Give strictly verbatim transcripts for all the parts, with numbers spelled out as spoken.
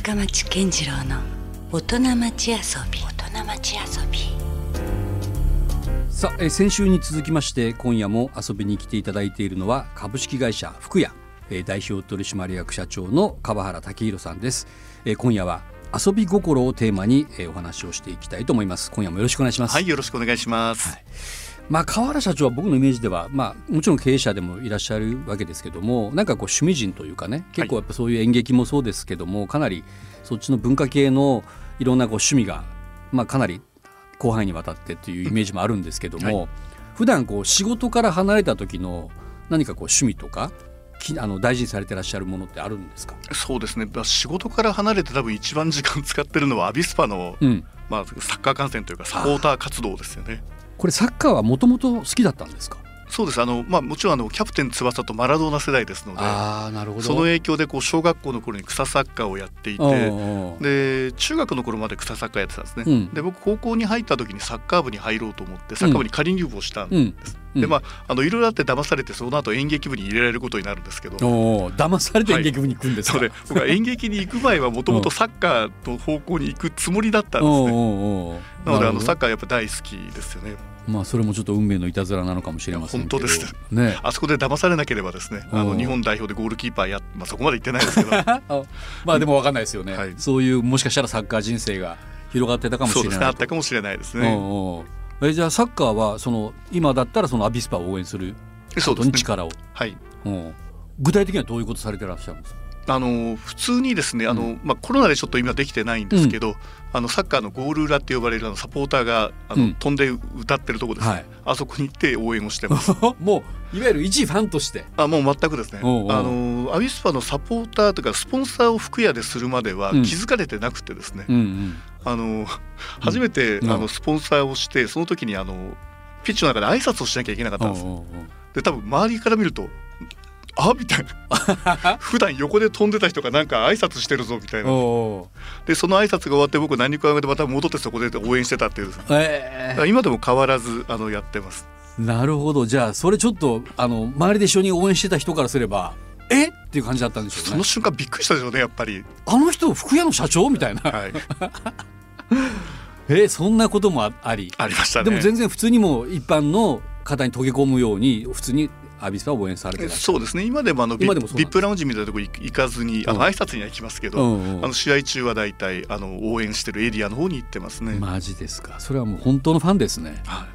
深町健次郎の大人町遊び大人町遊び。 さあ、えー、先週に続きまして今夜も遊びに来ていただいているのは株式会社福屋、えー、代表取締役社長の川原武弘さんです。えー、今夜は遊び心をテーマに、えー、お話をしていきたいと思います。今夜もよろしくお願いします。 はい、よろしくお願いします。 はい、まあ、川原社長は僕のイメージでは、まあ、もちろん経営者でもいらっしゃるわけですけども、なんかこう趣味人というかね、結構やっぱそういう演劇もそうですけども、はい、かなりそっちの文化系のいろんなこう趣味が、まあ、かなり広範囲にわたってというイメージもあるんですけども、はい、普段こう仕事から離れた時の何かこう趣味とかあの大事にされてらっしゃるものってあるんですか？ そうですね、仕事から離れて多分一番時間使ってるのはアビスパの、うんまあ、サッカー観戦というかサポーター活動ですよね。 これサッカーはもともと好きだったんですか？ そうです、あの、まあ、もちろんあのキャプテン翼とマラドーナ世代ですので、 あ、なるほど。 その影響でこう小学校の頃に草サッカーをやっていて、おうおうで中学の頃まで草サッカーやってたんですね。うん、で僕高校に入った時にサッカー部に入ろうと思ってサッカー部に仮入部をしたんです。うんうん、でまあ、あのいろいろあって騙されてその後演劇部に入れられることになるんですけど、 お騙されて演劇部に行くんですか？ はい、それ僕は演劇に行く前はもともとサッカーの方向に行くつもりだったんですね。おうおうおうなのであのサッカーやっぱ大好きですよね。 まあ、それもちょっと運命のいたずらなのかもしれませんけど。 本当ですね。あそこで騙されなければですね、あの日本代表でゴールキーパーや、まあ、そこまで行ってないですけどまあでも分かんないですよね、はい、そういうもしかしたらサッカー人生が広がってたかもしれない。 そうですね、あったかもしれないですね。おうおうえじゃあサッカーはその今だったらそのアビスパを応援することに力を、ね、はい、具体的にはどういうことされてらっしゃるんですか？ あの普通にですね、あの、うんまあ、コロナでちょっと今できてないんですけど、うん、あのサッカーのゴール裏って呼ばれるあのサポーターがあの、うん、飛んで歌ってるとこですね、はい、あそこに行って応援をしてますもういわゆる一ファンとしてあもう全くですね。おうおうあのアビスパのサポーターというかスポンサーを福屋でするまでは気づかれてなくてですね、うんうんうん、あの初めて、うん、あのスポンサーをしてその時にあのピッチの中で挨拶をしなきゃいけなかったんです。おうおうおうで多分周りから見るとあみたいな普段横で飛んでた人がなんか挨拶してるぞみたいな。おでその挨拶が終わって僕何か上げてまた戻ってそこで応援してたっていう、えー、今でも変わらずあのやってます。 なるほど。じゃあそれちょっとあの周りで一緒に応援してた人からすればえっていう感じだったんでしょうね。 その瞬間びっくりしたでしょうね。やっぱりあの人福屋の社長みたいな、はい、えそんなことも あ, ありありましたね。 でも全然普通にも一般の方に溶け込むように普通にアビスパを応援されてる。 そうですね。今でもあのビップラウンジみたいなところ行かずに、うん、あの挨拶には行きますけど、うんうん、あの試合中はだいたいあの応援してるエリアの方に行ってますね。 マジですか。それはもう本当のファンですね。はい、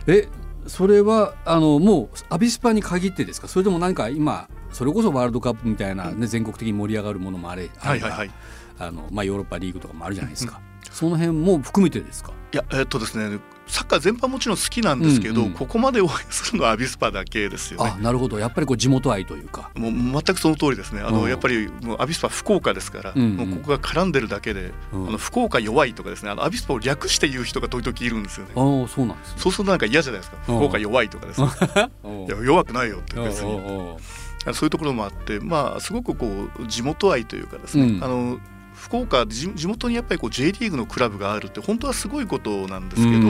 えそれはあのもうアビスパに限ってですか？それとも何か今それこそワールドカップみたいな、ねうん、全国的に盛り上がるものもあれ、はいはいはい、あのまあ、ヨーロッパリーグとかもあるじゃないですか、うん、その辺も含めてですか？ いやえっとですねサッカー全般もちろん好きなんですけど、うんうん、ここまで応援するのはアビスパだけですよね。 あなるほど。やっぱりこう地元愛というかもう全くその通りですね。あのやっぱりもうアビスパ福岡ですから、うんうん、もうここが絡んでるだけで、うん、あの福岡弱いとかですね、あのアビスパを略して言う人が時々いるんですよね。 あそうなんですね。 そうするとなんか嫌じゃないですか。福岡弱いとかですねいや弱くないよって別にそういうところもあって、まあ、すごくこう地元愛というかですね、うん、あの福岡地元にやっぱりこう J リーグのクラブがあるって本当はすごいことなんですけど、うんうん、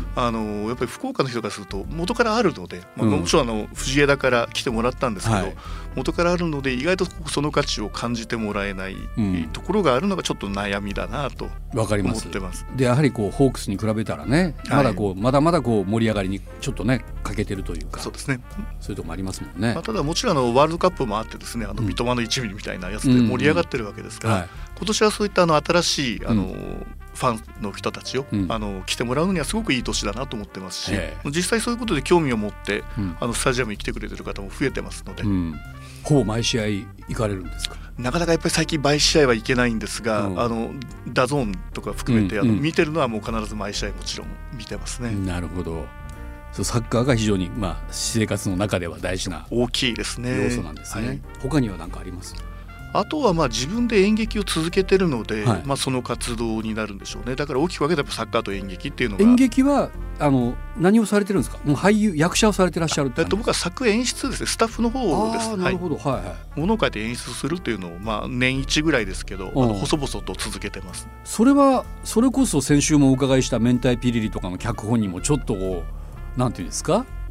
あのやっぱり福岡の人からすると元からあるので、まあ、もちろんあの藤枝から来てもらったんですけど、はい、元からあるので意外とその価値を感じてもらえないところがあるのがちょっと悩みだなと思ってます。 わかります。でやはりこうホークスに比べたらねまだこう、はい、まだまだこう盛り上がりにちょっとね欠けてるというか。 そうですね。 そういうところもありますもんね。 まあ、ただもちろんあのワールドカップもあってですね、あの三笘のいちミリみたいなやつで盛り上がってるわけですから、うんうんうんはい、今年はそういったあの新しいあの、うん、ファンの人たちを、うん、あの来てもらうのにはすごくいい年だなと思ってますし、実際そういうことで興味を持って、うん、あのスタジアムに来てくれてる方も増えてますので、うん、 ほぼ毎試合行かれるんですか？ なかなかやっぱり最近毎試合は行けないんですが、うん、あのダゾーンとか含めて、うん、あの見てるのはもう必ず毎試合もちろん見てますね。 なるほど。そうサッカーが非常に、まあ、生活の中では大事な大きいですね要素なんですね、はい、他には何かあります？ あとはまあ自分で演劇を続けてるので、はいまあ、その活動になるんでしょうね。だから大きく分けたらサッカーと演劇っていうのが。 演劇はあの何をされてるんですか？もう俳優役者をされてらっしゃるって。 僕は作演出ですね。スタッフの方です。 あなるほど、はいはいはい、 物を書いて演出するっていうのを、まあ、年一ぐらいですけどあの細々と続けてます。 それはそれこそ先週もお伺いした明太ピリリとかの脚本にもちょっとこうなんていうんですか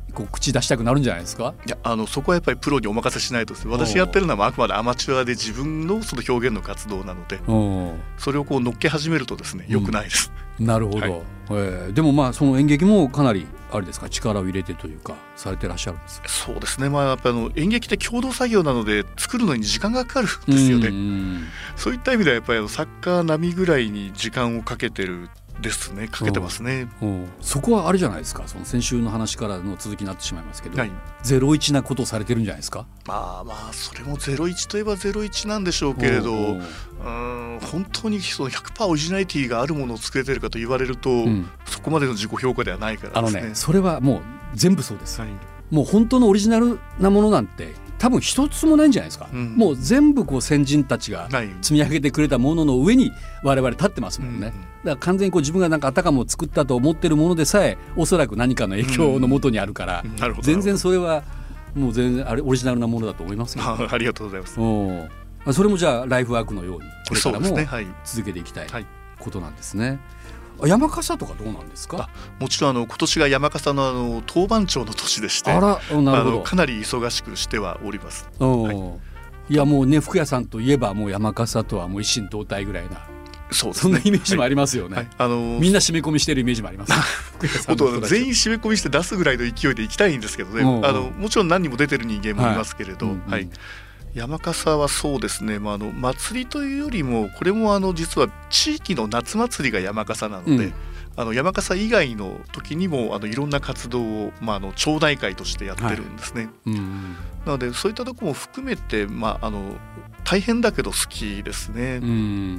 こう口出したくなるんじゃないですか。 いやあのそこはやっぱりプロにお任せしないとですね。私やってるのはあくまでアマチュアで自分のその表現の活動なので、それをこう乗っけ始めるとですね良くないです、 うん、なるほど、はい、えー、でもまあその演劇もかなりあれですか、力を入れてというかされてらっしゃるんですか。 そうですね、まあ、やっぱあの演劇って共同作業なので作るのに時間がかかるんですよね。うんうん、そういった意味ではやっぱりあのサッカー並みぐらいに時間をかけてるですね、かけてますね。 うんうん、そこはあれじゃないですか、その先週の話からの続きになってしまいますけど、 はい、 ゼロイチなことをされてるんじゃないですか。 まあまあそれもゼロイチといえばゼロイチなんでしょうけれど、うーん本当にその ひゃくパーセント オリジナリティがあるものを作れてるかと言われると、うん、そこまでの自己評価ではないからですね。 あのね、それはもう全部そうです、はい、もう本当のオリジナルなものなんて多分一つもないんじゃないですか、うん、もう全部こう先人たちが積み上げてくれたものの上に我々立ってますもんね、うん、だから完全にこう自分がなんかあたかも作ったと思ってるものでさえおそらく何かの影響のもとにあるから、うん、全然それはもう全然あれオリジナルなものだと思いますけど、 あ, ありがとうございます。 おそれもじゃあライフワークのようにこれからも続けていきたいことなんですね。山笠とかどうなんですか。 もちろんあの今年が山笠 の, あの当番長の年でして、 あら、なるほど、 かなり忙しくしてはおります。 はい、いやもうね、服屋さんといえばもう山笠とはもう一心同体ぐらいな、 そうですね、 そんなイメージもありますよね、 はいはい、あのー、 みんな締め込みしてるイメージもあります本当全員締め込みして出すぐらいの勢いで行きたいんですけどね、あのもちろん何人も出てる人間もいますけれど、はい、はい、山笠はそうですね、まあ、あの祭りというよりもこれもあの実は地域の夏祭りが山笠なので、うん、あの山笠以外の時にもあのいろんな活動を、まあ、あの町内会としてやってるんですね、はい、うん、なのでそういったところも含めて、まあ、あの大変だけど好きですね、うん、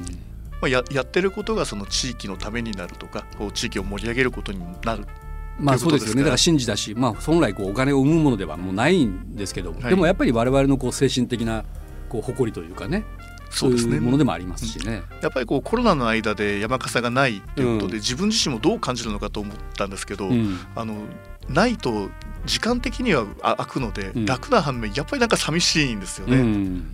まあ、や, やってることがその地域のためになるとかこう地域を盛り上げることになる。 まあそうですよね、だから神事だし、まあ、本来こうお金を生むものではもうないんですけど、はい、でもやっぱり我々のこう精神的なこう誇りというかね、そういうものでもありますしね、 うん、やっぱりこうコロナの間で山笠がないということで、うん、自分自身もどう感じるのかと思ったんですけど、うん、あのないと時間的には空くので、うん、楽な反面やっぱりなんか寂しいんですよね、うん、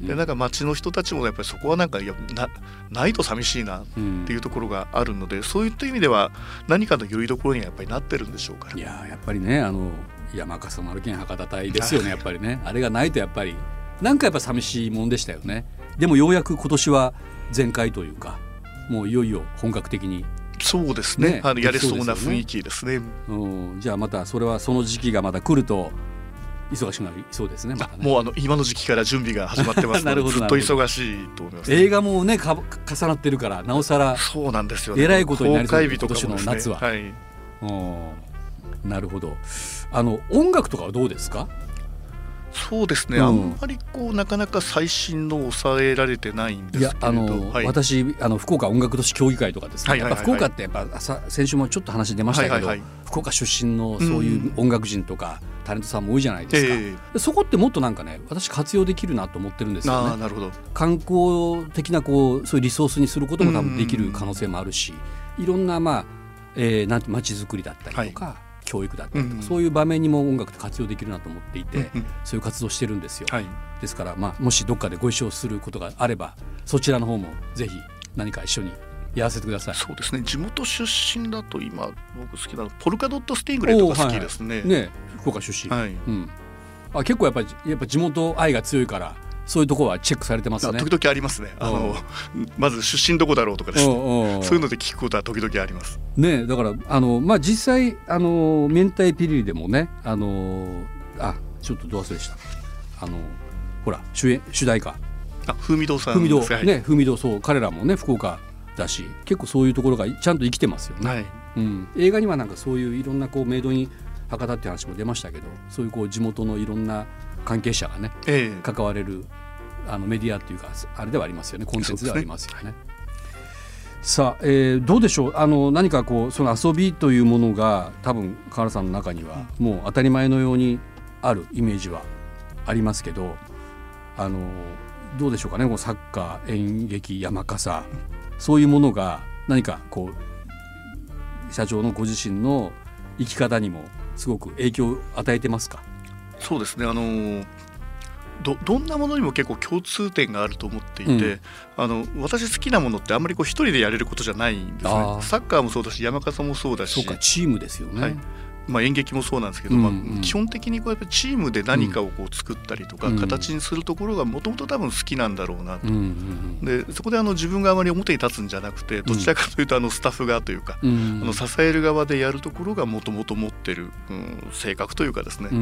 でなんか街の人たちもやっぱりそこはなんかいや な, ないと寂しいなっていうところがあるので、うん、そういった意味では何かのよりどころにはやっぱりなってるんでしょうから。 いややっぱりね、あの山笠丸剣博多隊ですよねやっぱりね、あれがないとやっぱりなんかやっぱ寂しいもんでしたよね。でもようやく今年は全開というか、もういよいよ本格的に、 そうですね、あのやれそうな雰囲気ですね。 うん、じゃあまたそれはその時期がまた来ると忙しくなりそうです ね, またね。 もうあの今の時期から準備が始まってますのでずっと忙しいと思います、ね、 映画もねか重なってるからなおさらそうなんですよね、 えらいことになりそうです、 今年の夏は、 はい、 なるほど。あの音楽とかはどうですか。 そうですね、うん、あんまりこうなかなか最新の抑えられてないんですけれど、いやあの、はい、 私あの福岡音楽都市協議会とかですね、はいはいはいはい、やっぱ福岡ってやっぱ朝先週もちょっと話出ましたけど、はいはいはい、福岡出身のそういう音楽人とか、うん、タレントさんも多いじゃないですか、えー、そこってもっとなんかね私活用できるなと思ってるんですよね。 あ、なるほど。 観光的なこうそういうリソースにすることも多分できる可能性もあるし、いろんなまあ、えー、なんて街づくりだったりとか、はい、教育だったりとか、うん、そういう場面にも音楽って活用できるなと思っていて、うん、そういう活動してるんですよ、はい、ですから、まあ、もしどっかでご一緒することがあればそちらの方もぜひ何か一緒にやらせてください。 そうですね、地元出身だと今僕好きなのポルカドットスティングレイとか好きですね。 はいはい、ね、福岡出身、はい、うん、あ結構やっぱりやっぱ地元愛が強いからそういうところはチェックされてますね。 時々ありますね。あのまず出身どこだろうとかですね、そういうので聞くことは時々あります。 ね、だからあの、まあ、実際あの明太ピリリでもね、あのあちょっとど忘れしたあのほら 主, 演主題歌あ風味堂さん風味堂、ね、風味堂、そう彼らもね福岡だし結構そういうところがちゃんと生きてますよね、はい、うん、映画にはなんかそういういろんなこうメイドイン博多っていう話も出ましたけど、そういうこう地元のいろんな関係者がね、えー、関われるあのメディアっていうかあれではありますよね、コンテンツではありますよね。さあ、えー、どうでしょう、あの何かこうその遊びというものが多分河原さんの中にはもう当たり前のようにあるイメージはありますけど、あのどうでしょうかね、こうサッカー、演劇、山笠、そういうものが何かこう社長のご自身の生き方にもすごく影響を与えてますか。 そうですね、あの ど, どんなものにも結構共通点があると思っていて、うん、あの私好きなものってあんまりこう一人でやれることじゃないんですね。サッカーもそうだし山笠もそうだし、 そうかチームですよね、はい、 まあ、演劇もそうなんですけど、うんうん、まあ、基本的にこうやっぱチームで何かをこう作ったりとか、うん、形にするところがもともと多分好きなんだろうなと、うんうんうん、でそこであの自分があまり表に立つんじゃなくて、どちらかというとあのスタッフ側というか、うん、あの支える側でやるところがもともと持ってる、うん、性格というかですね、うん、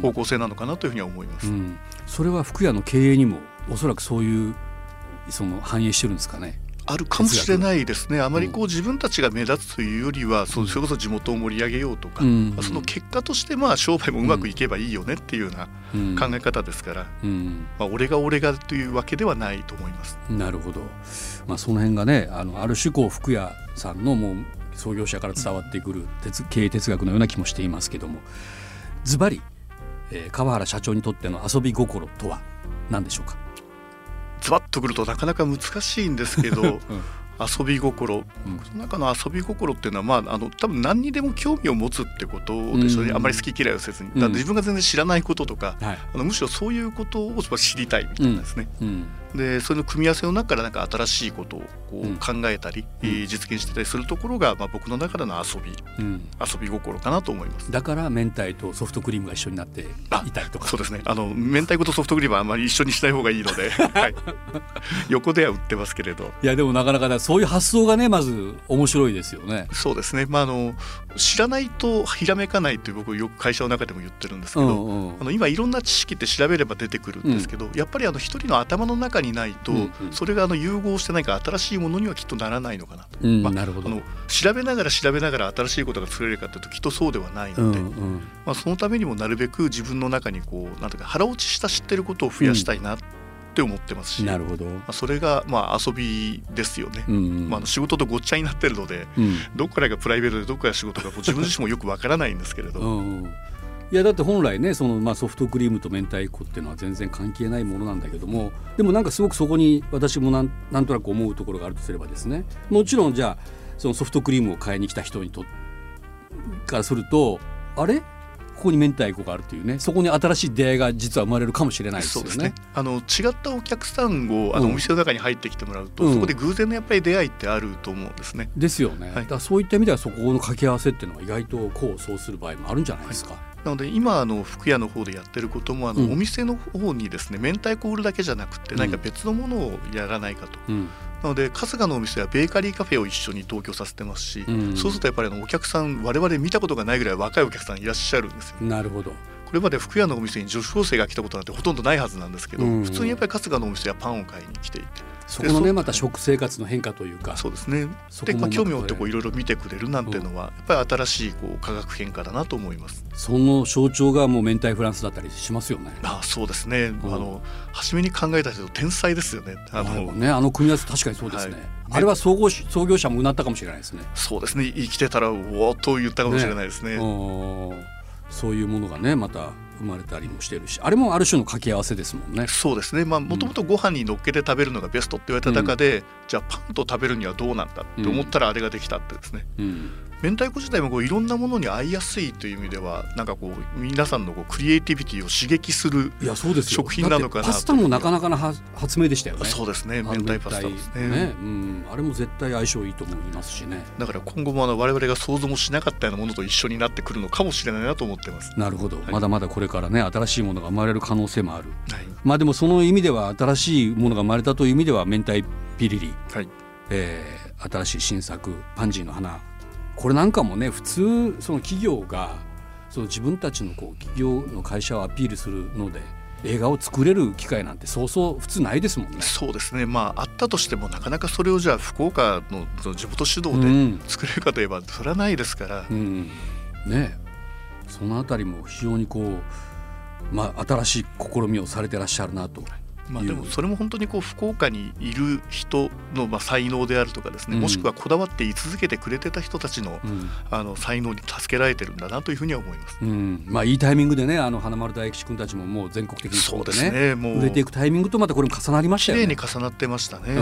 方向性なのかなというふうには思います、うん、 それは服屋の経営にもおそらくそういうその反映してるんですかね。 あるかもしれないですね。あまりこう自分たちが目立つというよりは、うん、それこそ地元を盛り上げようとか、うん、その結果としてまあ商売もうまくいけばいいよねっていうような考え方ですから、うん、まあ、俺が俺がというわけではないと思います。 なるほど、まあ、その辺がね、あのある種こう服屋さんのもう創業者から伝わってくる経営哲学のような気もしていますけども、ズバリ、えー、川原社長にとっての遊び心とは何でしょうか。 ズバッとくるとなかなか難しいんですけど、うん、遊び心、うん、その中の遊び心っていうのは、まあ、あの多分何にでも興味を持つってことでしょうね、うん、あんまり好き嫌いをせずに、だって自分が全然知らないこととか、うん、あのむしろそういうことを知りたいみたいなですね、うんうんでその組み合わせの中からなんか新しいことをこう考えたり、うん、実現してたりするところが、まあ、僕の中での遊び、うん、遊び心かなと思います。 だから明太とソフトクリームが一緒になっていたりとか。 そうですね、あの明太子とソフトクリームはあまり一緒にしない方がいいので、はい、横では売ってますけれど。 いやでもなかなかそういう発想がねまず面白いですよね。 そうですね、まあ、あの知らないとひらめかないという僕よく会社の中でも言ってるんですけど、うんうん、あの今いろんな知識って調べれば出てくるんですけど、うん、やっぱりあの一人の頭の中にないと、うんそれがあの融合して何か新しいものにはきっとならないのかなと、うんまあ、なるほど。あの調べながら調べながら新しいことが作れるかというときっとそうではないので、うんうんまあ、そのためにもなるべく自分の中にこうなんていうか腹落ちした知ってることを増やしたいなって思ってますし、うん、なるほど、まあ、それがまあ遊びですよね、うんうんまあ、仕事とごっちゃになってるので、うん、どこからがプライベートでどこからが仕事か自分自身もよくわからないんですけれどうん、うんいやだって本来ねその、まあ、ソフトクリームと明太子っていうのは全然関係ないものなんだけども、でもなんかすごくそこに私もなん、なんとなく思うところがあるとすればですね、もちろんじゃあそのソフトクリームを買いに来た人にとからするとあれここに明太子があるというね、そこに新しい出会いが実は生まれるかもしれないですよね。 そうですね、あの違ったお客さんをあのお店の中に入ってきてもらうと、うん、そこで偶然のやっぱり出会いってあると思うんですね。 ですよね、はい、だからそういった意味ではそこの掛け合わせっていうのは意外と功を奏する場合もあるんじゃないですか、はい、 なので今あの服屋の方でやってることもあの、うん、お店の方にですね明太子を売るだけじゃなくて何か別のものをやらないかと、うん、なので春日のお店はベーカリーカフェを一緒に同居させてますし、うん、そうするとやっぱりあのお客さん我々見たことがないぐらい若いお客さんいらっしゃるんですよ。 なるほど。 これまで服屋のお店に女子高生が来たことなんてほとんどないはずなんですけど、うんうん、普通にやっぱり春日のお店はパンを買いに来ていて、 そこのねまた食生活の変化というか、 そうですね、で、まあ、興味を持ってこういろいろ見てくれるなんていうのは、うん、やっぱり新しいこう化学変化だなと思います。 その象徴がもう明太フランスだったりしますよね。 ああそうですね、うん、あの初めに考えた人天才ですよね。 あのねあの組み合わせ確かにそうですね、はい、あれは総合創業者もうなったかもしれないですね。 そうですね、生きてたらおーっと言ったかもしれないですね。 ね、そういうものがねまた生まれたりもしてるし、あれもある種の掛け合わせですもんね。 そうですね、もともとご飯に乗っけて食べるのがベストって言われた中で、うん、じゃあパンと食べるにはどうなんだって思ったらあれができたってですね、うんうん明太子自体もこういろんなものに合いやすいという意味ではなんかこう皆さんのこうクリエイティビティを刺激する食品なのかなと。 パスタもなかなかな発明でしたよね。 そうですね、明太パスタですね、 ね、うん、あれも絶対相性いいと思いますしね。 だから今後もあの我々が想像もしなかったようなものと一緒になってくるのかもしれないなと思ってます。 なるほど、はい、まだまだこれからね新しいものが生まれる可能性もある、はい、まあでもその意味では新しいものが生まれたという意味では明太ピリリ、はいえー、新しい新作パンジーの花、これなんかもね普通その企業がその自分たちのこう企業の会社をアピールするので映画を作れる機会なんてそうそう普通ないですもんね。 そうですね、まああったとしてもなかなかそれをじゃあ福岡 の, その地元主導で作れるかといえばそれはないですから、うんうん、ねそのあたりも非常にこう、まあ、新しい試みをされてらっしゃるなと。 まあ、でもそれも本当にこう福岡にいる人のまあ才能であるとかですね、うん、もしくはこだわって居続けてくれてた人たち の,、うん、あの才能に助けられてるんだなというふうには思います、 うんまあ、いいタイミングでねあの花丸大吉君たちももう全国的にそうでね、もう売れていくタイミングとまたこれも重なりましたよね。 綺麗に重なってましたね、 うん、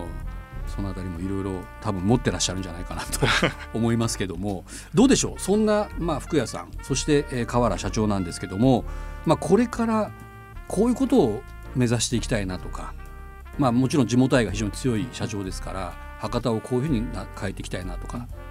そのあたりもいろいろ多分持ってらっしゃるんじゃないかなと思いますけどもどうでしょう、そんな、まあ、福屋さんそして、えー、川原社長なんですけども、まあ、これからこういうことを目指していきたいなとか、まあ、もちろん地元愛が非常に強い社長ですから博多をこういうふうに変えていきたいなとか、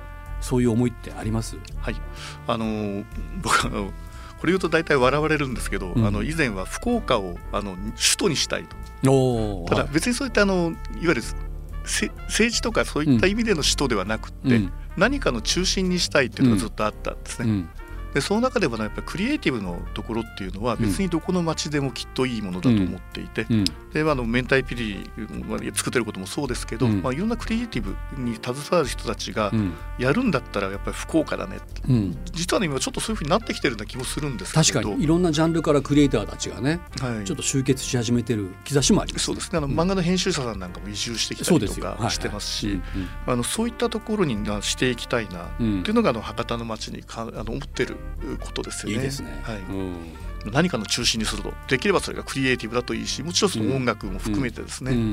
そういう思いってあります？ はい、あの僕あのこれ言うと大体笑われるんですけど、うん、あの以前は福岡をあの首都にしたいと。ただ別にそういったあのいわゆる政治とかそういった意味での首都ではなくって、うん、何かの中心にしたいっていうのがずっとあったんですね、うんうん、でその中でもやっぱりクリエイティブのところっていうのは別にどこの町でもきっといいものだと思っていて、うん、であの明太ピリ作ってることもそうですけど、うんまあ、いろんなクリエイティブに携わる人たちがやるんだったらやっぱり福岡だね、うん、実はね今ちょっとそういうふうになってきてるような気もするんですけど、 確かにいろんなジャンルからクリエイターたちがね、はい、ちょっと集結し始めてる兆しもあります、ね、 そうですね、あの、うん、漫画の編集者さんなんかも移住してきたりとかしてますし、あのそういったところにしていきたいなっていうのがあの博多の町にかあの思ってることですよね。 いいですね、 はいうん、何かの中心にするとできればそれがクリエイティブだといいし、もちろんその音楽も含めてですね、うんうん、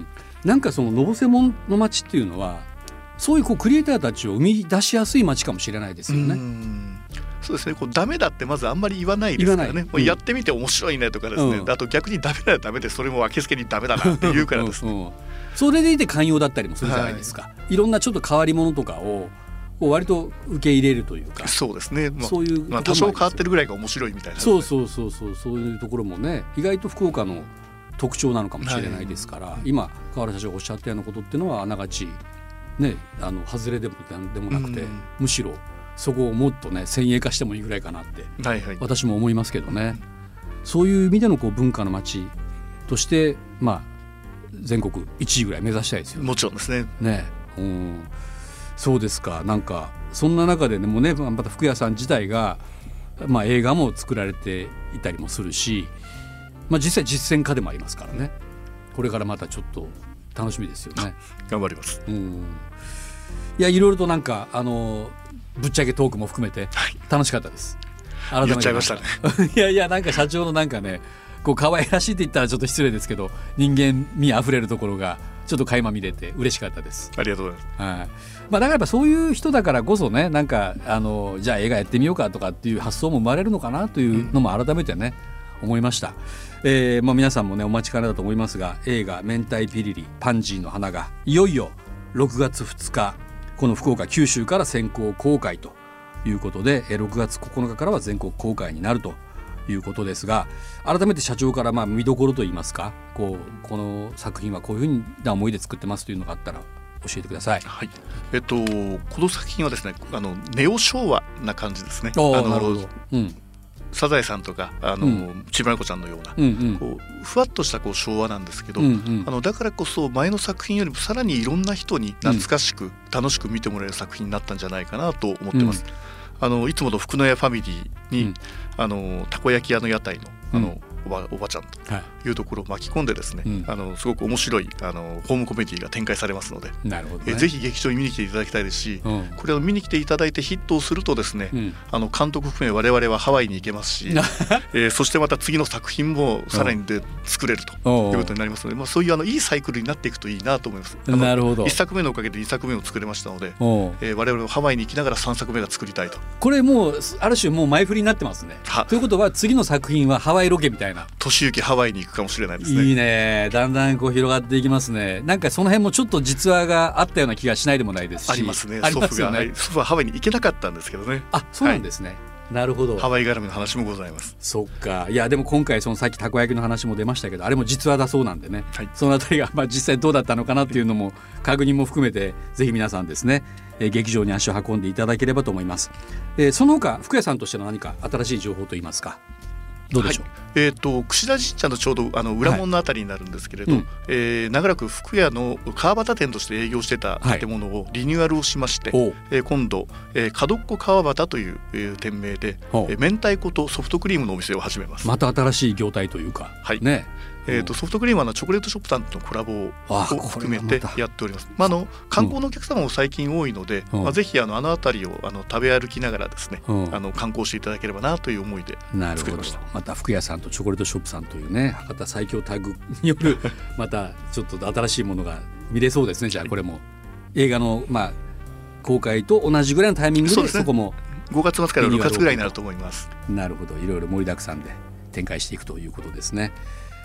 なんかそののぼせもんの町っていうのはそういうこうクリエイターたちを生み出しやすい町かもしれないですよね。 うんそうですね、こうダメだってまずあんまり言わないですからね、もうやってみて面白いねとかですね、うん、あと逆にダメならダメでそれも分け付けにダメだなって言うからですねうん、うん、それでいて寛容だったりもするじゃないですか、はい、いろんなちょっと変わり者とかを割と受け入れるというか、 そうですね、まあ、 そういう、 まあ、多少変わってるぐらいが面白いみたいな、ね、 そうそうそうそうそういうところもね意外と福岡の特徴なのかもしれないですから、はい、今河原社長がおっしゃったようなことっていうのはあながちねあの外れでもなんでもなくて、むしろそこをもっとね先鋭化してもいいぐらいかなって、はいはい、私も思いますけどね。そういう意味でのこう文化の街としてまあ全国いちいぐらい目指したいですよね。 もちろんですね。 ね、うん、そうですか。なんかそんな中でねもうねまた福谷さん自体が、まあ、映画も作られていたりもするし、まあ、実際実践家でもありますからね。これからまたちょっと楽しみですよね。 頑張ります、 うん、いやいろいろとなんかあのぶっちゃけトークも含めて楽しかったです、 はい、改めて言っちゃいましたねいやいやなんか社長のなんかねこう可愛らしいって言ったらちょっと失礼ですけど人間味あふれるところがちょっと垣間見れて嬉しかったです。 ありがとうございます、 はいまあ、だからやっぱそういう人だからこそねなんかあのじゃあ映画やってみようかとかっていう発想も生まれるのかなというのも改めてね、うん、思いました、えーまあ、皆さんもねお待ちかねだと思いますが映画明太ピリリパンジーの花がいよいよろくがつふつかこの福岡九州から先行公開ということでろくがつここのかからは全国公開になるということですが、改めて社長からまあ見どころといいますかこうこの作品はこういうふうな思いで作ってますというのがあったら教えてください。 はい、えっと、この作品はですねあのネオ昭和な感じですね。 あのなるほど、うん、 サザエさんとかあの、うん、ちびまる子ちゃんのような、うんうん、こうふわっとしたこう昭和なんですけど、うんうん、あのだからこそ前の作品よりもさらにいろんな人に懐かしく、うん、楽しく見てもらえる作品になったんじゃないかなと思ってます、うん、あのいつもの福の屋ファミリーに、うん、あのたこ焼き屋の屋台のあの、うんおば, おばちゃんというところを巻き込んでですね、はい、あのすごく面白いあのホームコメディが展開されますので、 なるほどね、 えぜひ劇場に見に来ていただきたいですし、うん、これを見に来ていただいてヒットをするとですね、うん、あの監督含め我々はハワイに行けますし、えー、そしてまた次の作品もさらにで作れるということになりますので、まあ、そういうあのいいサイクルになっていくといいなと思います。 なるほど。 いっさくめのおかげでにさくめを作れましたので、えー、我々はハワイに行きながらさんさくめが作りたいと。 これもうある種もう前振りになってますね。ということは次の作品はハワイロケみたいな年行きハワイに行くかもしれないですね。 いいね。だんだんこう広がっていきますね。なんかその辺もちょっと実話があったような気がしないでもないですし。 ありますね。祖父が、はい、祖父はハワイに行けなかったんですけどね。 あ、そうなんですね、はい、なるほど。 ハワイ絡みの話もございます。 そっか。いやでも今回そのさっきたこ焼きの話も出ましたけどあれも実話だそうなんでね、はい、そのあたりがまあ実際どうだったのかなっていうのも確認も含めてぜひ皆さんですね、えー、劇場に足を運んでいただければと思います、えー、その他福谷さんとしての何か新しい情報といいますかどうでしょう。 はい、えー、と櫛田神社のちょうどあの裏門のあたりになるんですけれど、はいうんえー、長らく福屋の川端店として営業してた建物をリニューアルをしまして、はいえー、今度、えー、角っこ川端という、えー、店名で、えー、明太子とソフトクリームのお店を始めます。 また新しい業態というか、 はいねえー、とソフトクリームはのチョコレートショップさんとのコラボを含めてやっております。まあ、あの観光のお客様も最近多いので、うんまあ、ぜひあのあの辺りをあの食べ歩きながらですね、うん、あの観光していただければなという思いで作りました。 なるほど。また福屋さんとチョコレートショップさんというね博多最強タッグによるまたちょっと新しいものが見れそうですね。じゃあこれも映画の、まあ、公開と同じぐらいのタイミング で, そ, で、ね、そこもごがつ末からろくがつぐらいになると思います。 なるほど。いろいろ盛りだくさんで展開していくということですね。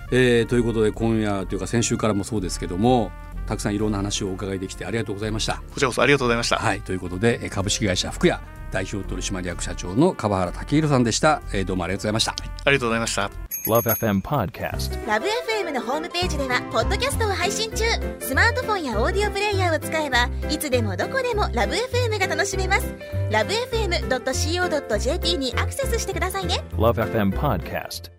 えー、ということで今夜というか先週からもそうですけども、たくさんいろんな話をお伺いできてありがとうございました。 こちらこそありがとうございました。 はい、ということで株式会社福屋代表取締役社長の川原武弘さんでした。えー、どうもありがとうございました。 ありがとうございました。 ラブエフエム Podcast。 ラブ エフエム のホームページではポッドキャストを配信中。スマートフォンやオーディオプレイヤーを使えばいつでもどこでもラブ エフエム が楽しめます。 ラブエフエムドットシーオードットジェーピー にアクセスしてくださいね。 ラブエフエム Podcast。